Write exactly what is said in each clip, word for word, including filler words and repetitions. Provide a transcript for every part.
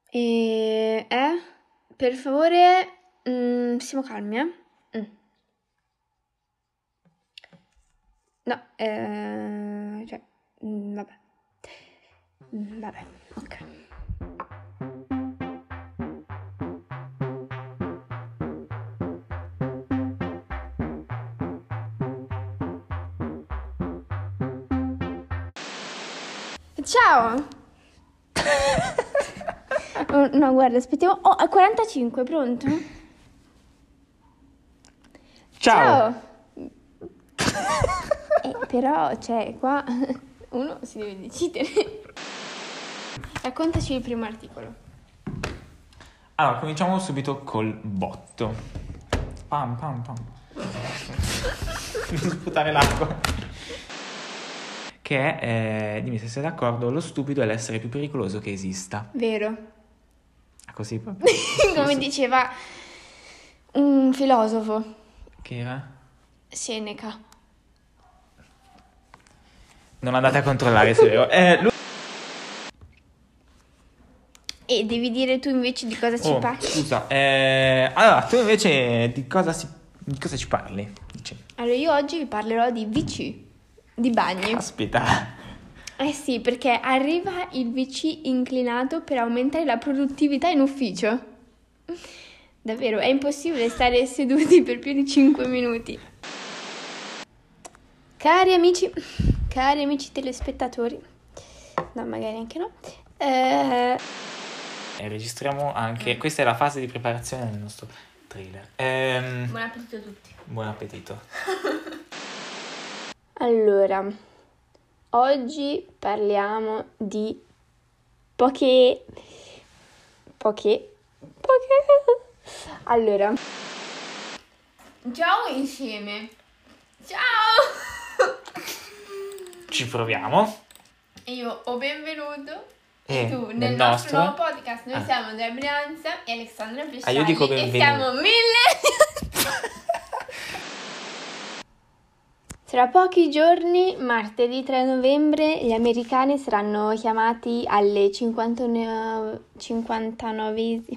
E... Eh? Per favore, mm, siamo calmi, eh? Mm. No, eh... Cioè, mm, vabbè. Mm, vabbè, ok. Ciao! Oh, no, guarda, aspettiamo. Oh, a quarantacinque, pronto? Ciao! Eh, però, cioè, qua uno si deve decidere. Raccontaci il primo articolo. Allora, cominciamo subito col botto. Pam pam pam. Non sputare l'acqua. Che è, eh, dimmi se sei d'accordo, lo stupido è l'essere più pericoloso che esista. Vero. Così proprio. Come diceva un filosofo. Che era? Seneca. Non andate a controllare se è vero. Eh, lui... E devi dire tu invece di cosa ci Oh, parli. scusa. Eh, allora, tu invece di cosa, si, di cosa ci parli? Dici. Allora, io oggi vi parlerò di V C, di bagni. Aspetta. Eh sì, perché arriva il V C inclinato per aumentare la produttività in ufficio. Davvero, è impossibile stare seduti per più di cinque minuti. Cari amici, cari amici telespettatori, no, magari anche no, eh... E registriamo anche, questa è la fase di preparazione del nostro trailer. Ehm, Buon appetito a tutti. buon appetito. Allora, oggi parliamo di poche... poche... poche... Allora... Ciao insieme! Ciao! Ci proviamo. E io ho benvenuto E tu nel, nel nostro, nostro nuovo podcast. Noi ah. siamo Andrea Brianza e Alessandra Pesciali. Ah, io dico e benvenuto. siamo mille... Tra pochi giorni, martedì tre novembre, gli americani saranno chiamati alle cinquantanovesime.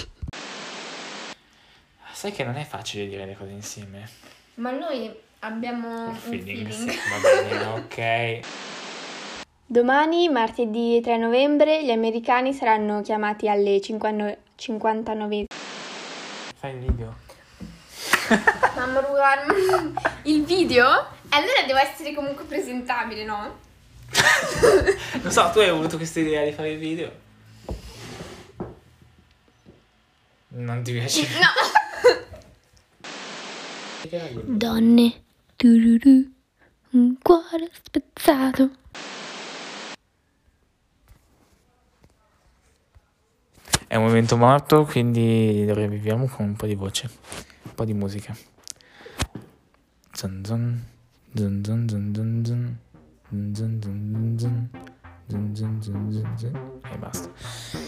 Sai che non è facile dire le cose insieme. Ma noi abbiamo un feeling, feeling. sì, va bene, ok. Domani, martedì tre novembre, gli americani saranno chiamati alle cinquantanovesime. Fai il video. Mamma rugarmi. Il video? Allora devo essere comunque presentabile, no? Non so, tu hai avuto questa idea di fare il video? Non ti piace? No. Donne, tururu, un cuore spezzato. È un momento morto, quindi riviviamo con un po' di voce, un po' di musica. Zun zun, zun zun zun zun zun, zun zun zun zun, zun zun zun zun zun, e basta.